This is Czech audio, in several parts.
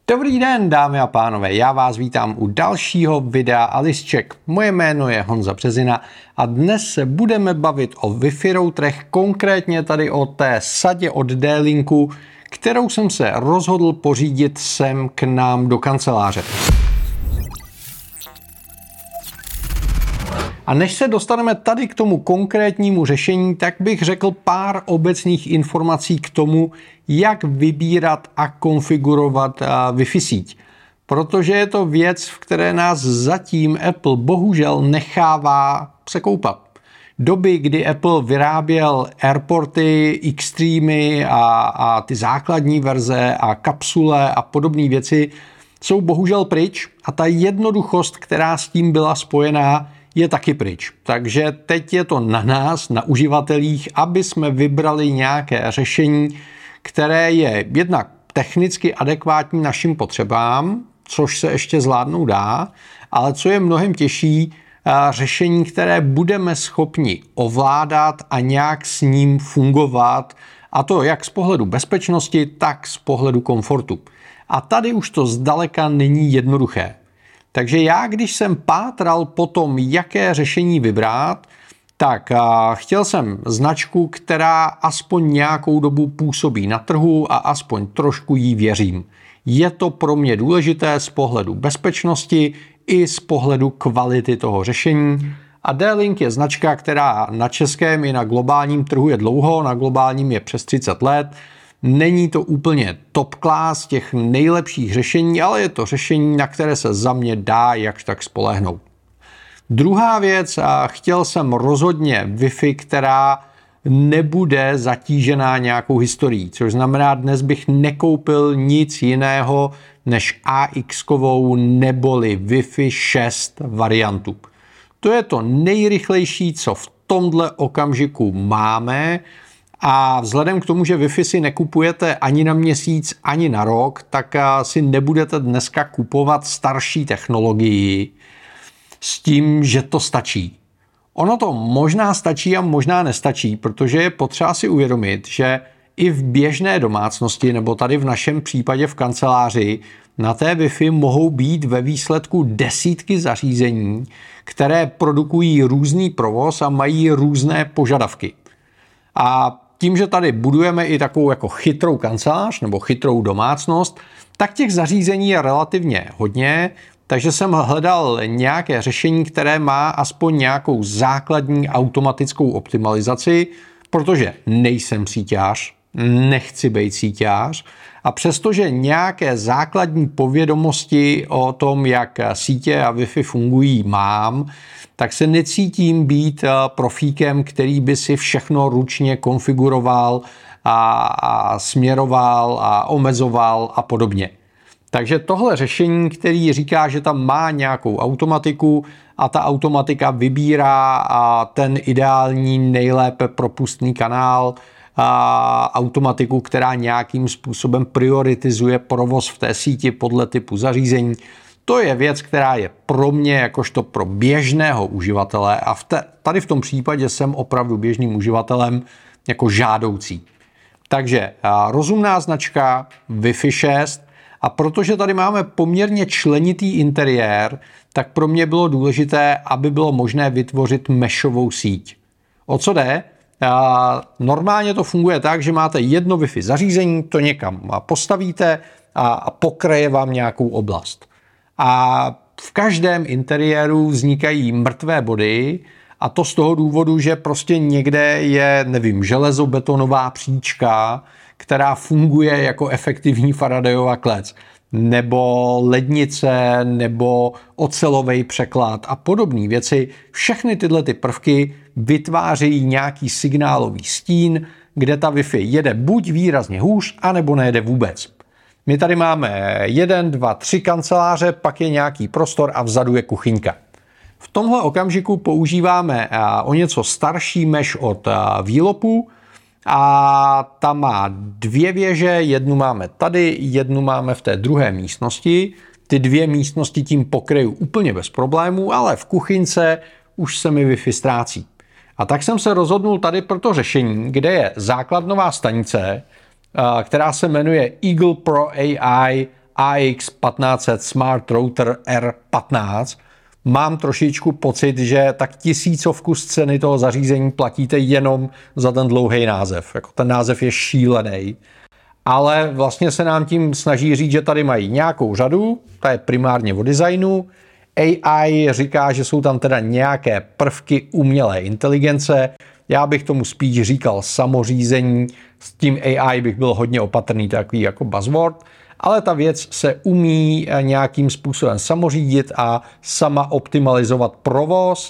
Dobrý den, dámy a pánové, já vás vítám u dalšího videa Alisček. Moje jméno je Honza Březina a dnes se budeme bavit o Wi-Fi routerech, konkrétně tady o té sadě od D-Linku, kterou jsem se rozhodl pořídit sem k nám do kanceláře. A než se dostaneme tady k tomu konkrétnímu řešení, tak bych řekl pár obecných informací k tomu, jak vybírat a konfigurovat Wi-Fi síť. Protože je to věc, v které nás zatím Apple bohužel nechává překoupat. Doby, kdy Apple vyráběl AirPorty, Xtreamy a ty základní verze a kapsule a podobné věci, jsou bohužel pryč a ta jednoduchost, která s tím byla spojená, je taky pryč. Takže teď je to na nás, na uživatelích, aby jsme vybrali nějaké řešení, které je jednak technicky adekvátní našim potřebám, což se ještě zvládnout dá, ale co je mnohem těžší, řešení, které budeme schopni ovládat a nějak s ním fungovat, a to jak z pohledu bezpečnosti, tak z pohledu komfortu. A tady už to zdaleka není jednoduché. Takže já, když jsem pátral po tom, jaké řešení vybrat, tak chtěl jsem značku, která aspoň nějakou dobu působí na trhu a aspoň trošku jí věřím. Je to pro mě důležité z pohledu bezpečnosti i z pohledu kvality toho řešení. A D-Link je značka, která na českém i na globálním trhu je dlouho, na globálním je přes 30 let. Není to úplně top class těch nejlepších řešení, ale je to řešení, na které se za mě dá jakž tak spolehnout. Druhá věc, chtěl jsem rozhodně Wi-Fi, která nebude zatížená nějakou historií, což znamená, dnes bych nekoupil nic jiného než AX-kovou neboli Wi-Fi 6 variantu. To je to nejrychlejší, co v tomhle okamžiku máme. A vzhledem k tomu, že Wi-Fi si nekupujete ani na měsíc, ani na rok, tak si nebudete dneska kupovat starší technologii s tím, že to stačí. Ono to možná stačí a možná nestačí, protože je potřeba si uvědomit, že i v běžné domácnosti, nebo tady v našem případě v kanceláři, na té Wi-Fi mohou být ve výsledku desítky zařízení, které produkují různý provoz a mají různé požadavky. A tím, že tady budujeme i takovou jako chytrou kancelář nebo chytrou domácnost, tak těch zařízení je relativně hodně, takže jsem hledal nějaké řešení, které má aspoň nějakou základní automatickou optimalizaci, protože nejsem síťář, nechci být síťář a přestože nějaké základní povědomosti o tom, jak sítě a Wi-Fi fungují, mám, tak se necítím být profíkem, který by si všechno ručně konfiguroval a směroval a omezoval a podobně. Takže tohle řešení, který říká, že tam má nějakou automatiku a ta automatika vybírá ten ideální, nejlépe propustný kanál, automatiku, která nějakým způsobem prioritizuje provoz v té síti podle typu zařízení, to je věc, která je pro mě, jakožto pro běžného uživatele, a tady v tom případě jsem opravdu běžným uživatelem, jako žádoucí. Takže rozumná značka Wi-Fi 6, a protože tady máme poměrně členitý interiér, tak pro mě bylo důležité, aby bylo možné vytvořit meshovou síť. O co jde? Normálně to funguje tak, že máte jedno Wi-Fi zařízení, to někam postavíte a pokryje vám nějakou oblast. A v každém interiéru vznikají mrtvé body a to z toho důvodu, že prostě někde je, nevím, železobetonová příčka, která funguje jako efektivní Faradayova klec, nebo lednice, nebo ocelový překlad a podobné věci. Všechny tyhle ty prvky vytvářejí nějaký signálový stín, kde ta Wi-Fi jede buď výrazně hůř, anebo nejede vůbec. My tady máme 1, 2, 3 kanceláře, pak je nějaký prostor a vzadu je kuchyňka. V tomhle okamžiku používáme o něco starší mesh od Výlopu a ta má 2 věže, jednu máme tady, jednu máme v té druhé místnosti. Ty 2 místnosti tím pokryju úplně bez problémů, ale v kuchyňce už se mi Wi-Fi ztrácí. A tak jsem se rozhodnul tady pro to řešení, kde je základnová stanice, která se jmenuje Eagle Pro AI AX1500 Smart Router R15, mám trošičku pocit, že tak 1000 z ceny toho zařízení platíte jenom za ten dlouhý název. Jako ten název je šílený. Ale vlastně se nám tím snaží říct, že tady mají nějakou řadu, ta je primárně o designu. AI říká, že jsou tam teda nějaké prvky umělé inteligence. Já bych tomu spíš říkal samořízení. S tím AI bych byl hodně opatrný, takový jako buzzword. Ale ta věc se umí nějakým způsobem samořídit a sama optimalizovat provoz.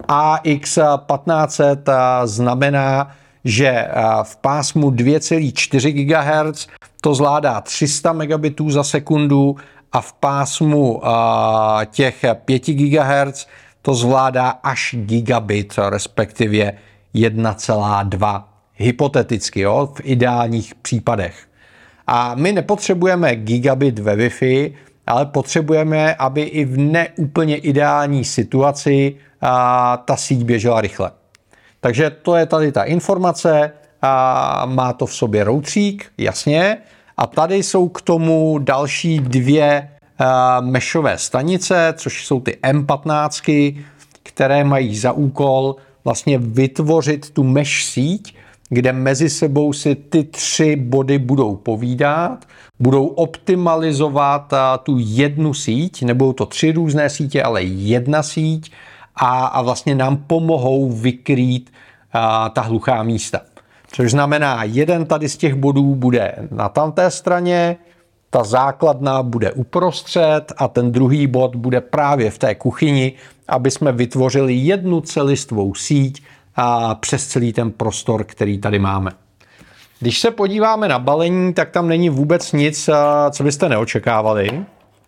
AX1500 znamená, že v pásmu 2,4 GHz to zvládá 300 megabitů za sekundu a v pásmu těch 5 GHz to zvládá až gigabit, respektive 1,2 hypoteticky, jo, v ideálních případech. A my nepotřebujeme gigabit ve Wi-Fi, ale potřebujeme, aby i v neúplně ideální situaci ta síť běžela rychle. Takže to je tady ta informace, má to v sobě routřík, jasně, a tady jsou k tomu další dvě meshové stanice, což jsou ty M15, které mají za úkol vlastně vytvořit tu mesh síť, kde mezi sebou si ty 3 body budou povídat, budou optimalizovat tu jednu síť, nebudou to 3 různé sítě, ale jedna síť a vlastně nám pomohou vykrýt ta hluchá místa. Což znamená, jeden tady z těch bodů bude na tamté straně, ta základna bude uprostřed a ten druhý bod bude právě v té kuchyni, aby jsme vytvořili jednu celistvou síť přes celý ten prostor, který tady máme. Když se podíváme na balení, tak tam není vůbec nic, co byste neočekávali.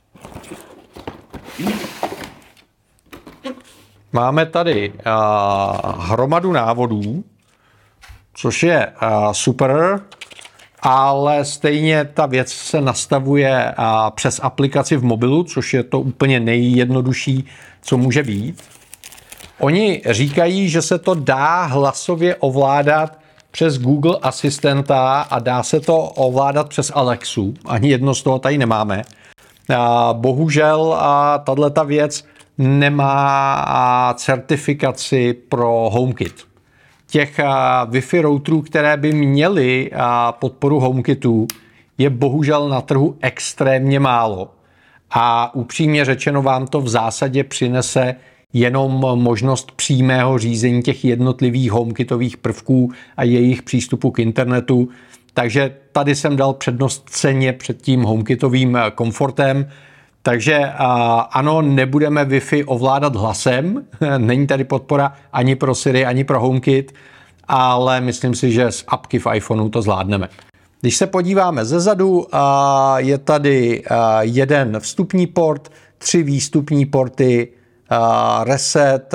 Máme tady hromadu návodů, což je super, ale stejně ta věc se nastavuje přes aplikaci v mobilu, což je to úplně nejjednodušší, co může být. Oni říkají, že se to dá hlasově ovládat přes Google Asistenta a dá se to ovládat přes Alexu. Ani jedno z toho tady nemáme. Bohužel tato věc nemá certifikaci pro HomeKit. Těch Wi-Fi routerů, které by měly podporu HomeKitu, je bohužel na trhu extrémně málo. A upřímně řečeno vám to v zásadě přinese jenom možnost přímého řízení těch jednotlivých HomeKitových prvků a jejich přístupu k internetu. Takže tady jsem dal přednost ceně před tím HomeKitovým komfortem. Takže ano, nebudeme Wi-Fi ovládat hlasem, není tady podpora ani pro Siri, ani pro HomeKit, ale myslím si, že z apky v iPhoneu to zvládneme. Když se podíváme zezadu, je tady jeden vstupní port, 3 výstupní porty, reset,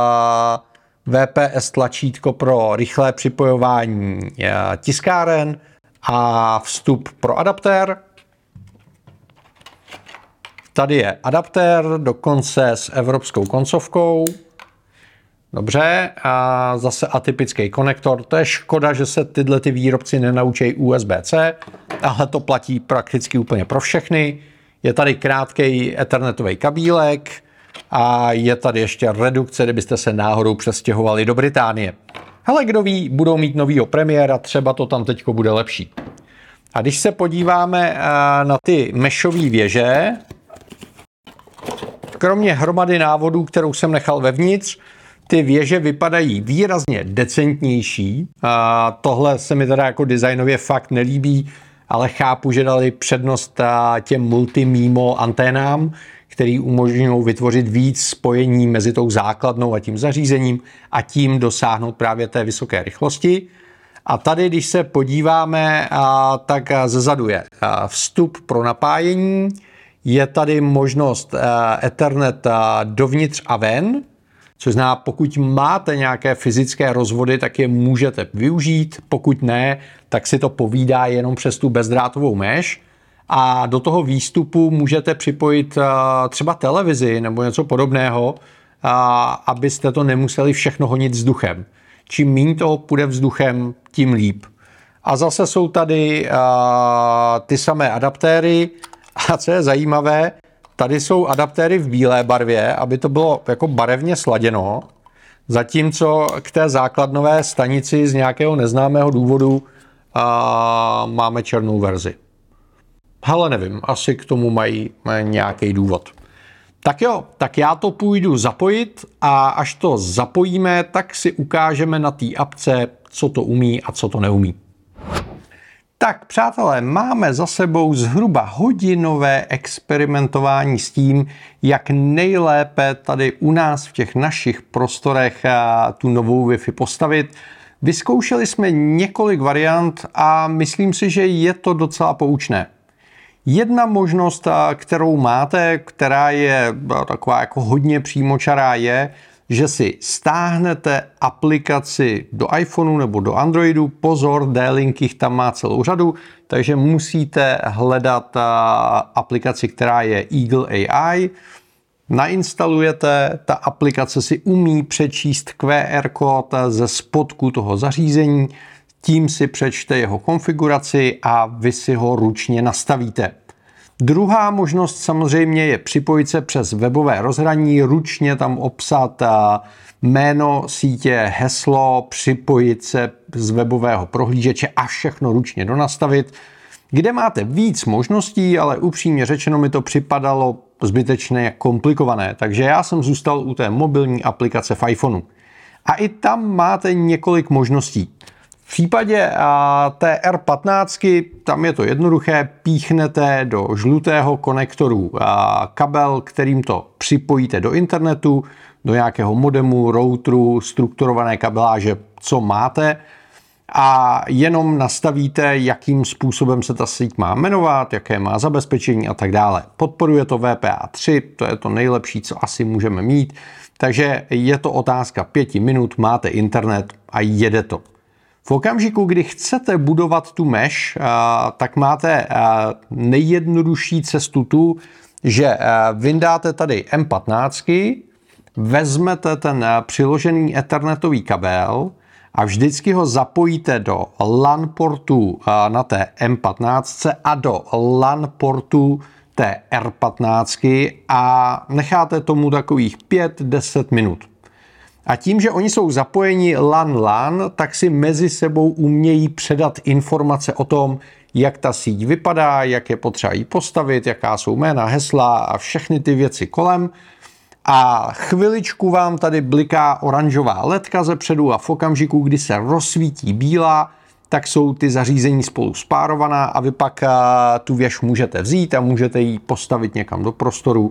VPS tlačítko pro rychlé připojování tiskáren a vstup pro adaptér. Tady je adaptér, dokonce s evropskou koncovkou. Dobře, a zase atypický konektor. To je škoda, že se tyhle výrobci nenaučí USB-C, ale to platí prakticky úplně pro všechny. Je tady krátký ethernetový kabílek a je tady ještě redukce, kdybyste se náhodou přestěhovali do Británie. Hele, kdo ví, budou mít novýho premiéra, třeba to tam teďko bude lepší. A když se podíváme na ty meshové věže, kromě hromady návodů, kterou jsem nechal vevnitř, ty věže vypadají výrazně decentnější. Tohle se mi teda jako designově fakt nelíbí, ale chápu, že dali přednost těm multi-MIMO anténám, který umožňují vytvořit víc spojení mezi tou základnou a tím zařízením a tím dosáhnout právě té vysoké rychlosti. A tady, když se podíváme, tak zezadu je vstup pro napájení, je tady možnost Ethernet dovnitř a ven, což znamená, pokud máte nějaké fyzické rozvody, tak je můžete využít, pokud ne, tak si to povídá jenom přes tu bezdrátovou mesh. A do toho výstupu můžete připojit třeba televizi nebo něco podobného, abyste to nemuseli všechno honit vzduchem. Čím méně toho půjde vzduchem, tím líp. A zase jsou tady ty samé adaptéry A co je zajímavé, tady jsou adaptéry v bílé barvě, aby to bylo jako barevně sladěno, zatímco k té základnové stanici z nějakého neznámého důvodu máme černou verzi. Hele, nevím, asi k tomu mají nějaký důvod. Tak jo, tak já to půjdu zapojit a až to zapojíme, tak si ukážeme na té apce, co to umí a co to neumí. Tak, přátelé, máme za sebou zhruba hodinové experimentování s tím, jak nejlépe tady u nás v těch našich prostorech tu novou Wi-Fi postavit. Vyzkoušeli jsme několik variant a myslím si, že je to docela poučné. Jedna možnost, kterou máte, která je taková jako hodně přímočará, je, že si stáhnete aplikaci do iPhoneu nebo do Androidu. Pozor, D-Link jich tam má celou řadu, takže musíte hledat aplikaci, která je Eagle AI. Nainstalujete, ta aplikace si umí přečíst QR kód ze spodku toho zařízení, tím si přečte jeho konfiguraci a vy si ho ručně nastavíte. Druhá možnost samozřejmě je připojit se přes webové rozhraní, ručně tam obsat jméno sítě, heslo, připojit se z webového prohlížeče a všechno ručně donastavit, kde máte víc možností, ale upřímně řečeno mi to připadalo zbytečně komplikované, takže já jsem zůstal u té mobilní aplikace v iPhoneu. A i tam máte několik možností. V případě té R15 tam je to jednoduché, píchnete do žlutého konektoru kabel, kterým to připojíte do internetu, do nějakého modemu, routeru, strukturované kabeláže, co máte a jenom nastavíte, jakým způsobem se ta síť má jmenovat, jaké má zabezpečení a tak dále. Podporuje to VPA3, to je to nejlepší, co asi můžeme mít, takže je to otázka 5 minut, máte internet a jede to. V okamžiku, kdy chcete budovat tu mesh, tak máte nejjednodušší cestu tu, že vyndáte tady M15, vezmete ten přiložený ethernetový kabel a vždycky ho zapojíte do LAN portu na té M15 a do LAN portu té R15 a necháte tomu takových 5-10 minut. A tím, že oni jsou zapojeni LAN, tak si mezi sebou umějí předat informace o tom, jak ta síť vypadá, jak je potřeba jí postavit, jaká jsou jména, hesla a všechny ty věci kolem. A chviličku vám tady bliká oranžová ledka zepředu a v okamžiku, kdy se rozsvítí bílá, tak jsou ty zařízení spolu spárovaná a vy pak tu věž můžete vzít a můžete ji postavit někam do prostoru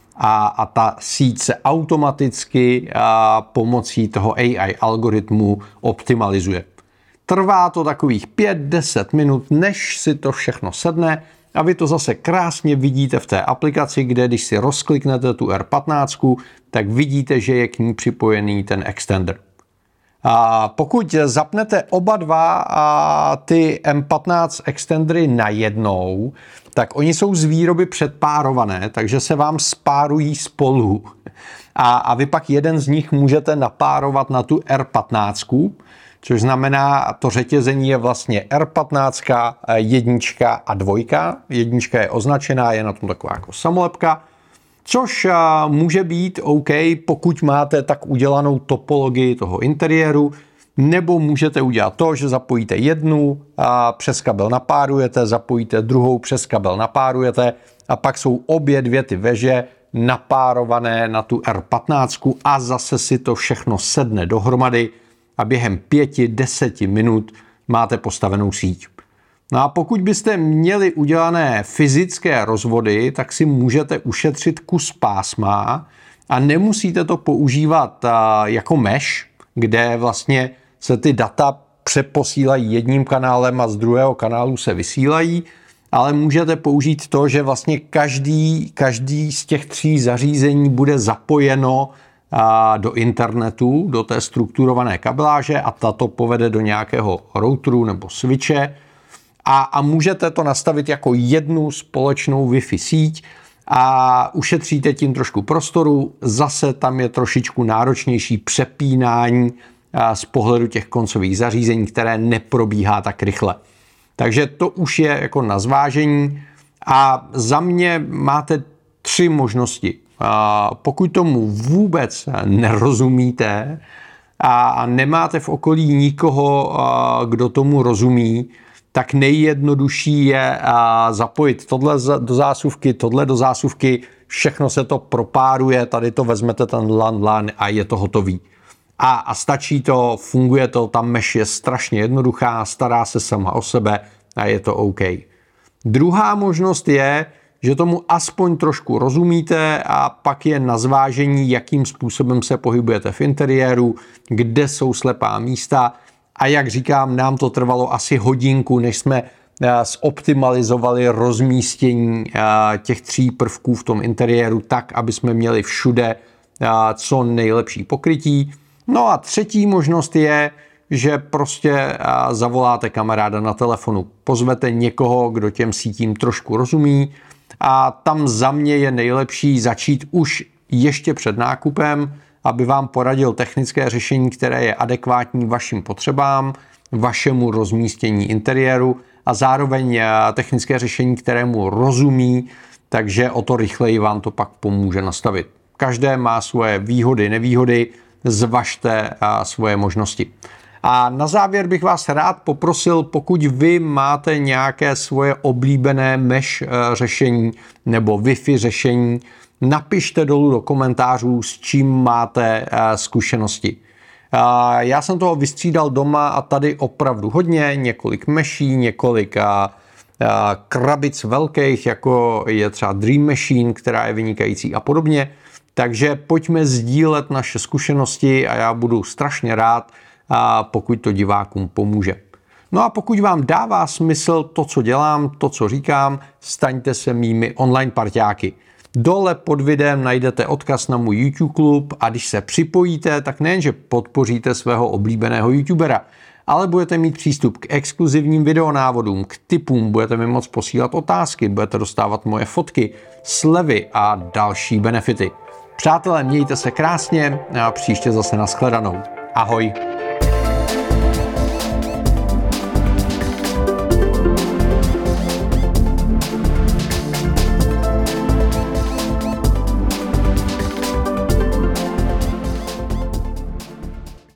a ta síť se automaticky pomocí toho AI algoritmu optimalizuje. Trvá to takových 5-10 minut, než si to všechno sedne a vy to zase krásně vidíte v té aplikaci, kde když si rozkliknete tu R15, tak vidíte, že je k ní připojený ten extender. A pokud zapnete oba dva ty M15 extendery najednou, tak oni jsou z výroby předpárované, takže se vám spárují spolu. A vy pak jeden z nich můžete napárovat na tu R15, což znamená, to řetězení je vlastně R15, 1 a 2. 1 je označená, je na tom taková jako samolepka, což může být OK, pokud máte tak udělanou topologii toho interiéru, nebo můžete udělat to, že zapojíte jednu a přes kabel napárujete, zapojíte druhou, přes kabel napárujete a pak jsou obě dvě ty veže napárované na tu R15 a zase si to všechno sedne dohromady a během 5-10 minut máte postavenou síť. No a pokud byste měli udělané fyzické rozvody, tak si můžete ušetřit kus pásma a nemusíte to používat jako mesh, kde vlastně se ty data přeposílají jedním kanálem a z druhého kanálu se vysílají, ale můžete použít to, že vlastně každý z těch 3 zařízení bude zapojeno do internetu, do té strukturované kabeláže a tato povede do nějakého routeru nebo switche a můžete to nastavit jako jednu společnou Wi-Fi síť a ušetříte tím trošku prostoru. Zase tam je trošičku náročnější přepínání z pohledu těch koncových zařízení, které neprobíhá tak rychle. Takže to už je jako na zvážení. A za mě máte 3 možnosti. Pokud tomu vůbec nerozumíte a nemáte v okolí nikoho, kdo tomu rozumí, tak nejjednodušší je zapojit tohle do zásuvky, všechno se to propáruje, tady to vezmete ten LAN a je to hotový. A stačí to, funguje to, ta mesh je strašně jednoduchá, stará se sama o sebe a je to OK. Druhá možnost je, že tomu aspoň trošku rozumíte a pak je na zvážení, jakým způsobem se pohybujete v interiéru, kde jsou slepá místa. A jak říkám, nám to trvalo asi hodinku, než jsme zoptimalizovali rozmístění těch 3 prvků v tom interiéru tak, aby jsme měli všude co nejlepší pokrytí. No a třetí možnost je, že prostě zavoláte kamaráda na telefonu, pozvete někoho, kdo těm sítím trošku rozumí a tam za mě je nejlepší začít už ještě před nákupem, aby vám poradil technické řešení, které je adekvátní vašim potřebám, vašemu rozmístění interiéru a zároveň technické řešení, kterému rozumí, takže o to rychleji vám to pak pomůže nastavit. Každé má svoje výhody, nevýhody, zvažte svoje možnosti. A na závěr bych vás rád poprosil, pokud vy máte nějaké svoje oblíbené mesh řešení nebo Wi-Fi řešení, napište dolů do komentářů, s čím máte zkušenosti. Já jsem toho vystřídal doma a tady opravdu hodně, několik meší, několik krabic velkých, jako je třeba Dream Machine, která je vynikající a podobně. Takže pojďme sdílet naše zkušenosti a já budu strašně rád, pokud to divákům pomůže. No a pokud vám dává smysl to, co dělám, to, co říkám, staňte se mými online parťáky. Dole pod videem najdete odkaz na můj YouTube klub a když se připojíte, tak nejenže podpoříte svého oblíbeného YouTubera, ale budete mít přístup k exkluzivním videonávodům, k tipům, budete mi moct posílat otázky, budete dostávat moje fotky, slevy a další benefity. Přátelé, mějte se krásně a příště zase nashledanou. Ahoj.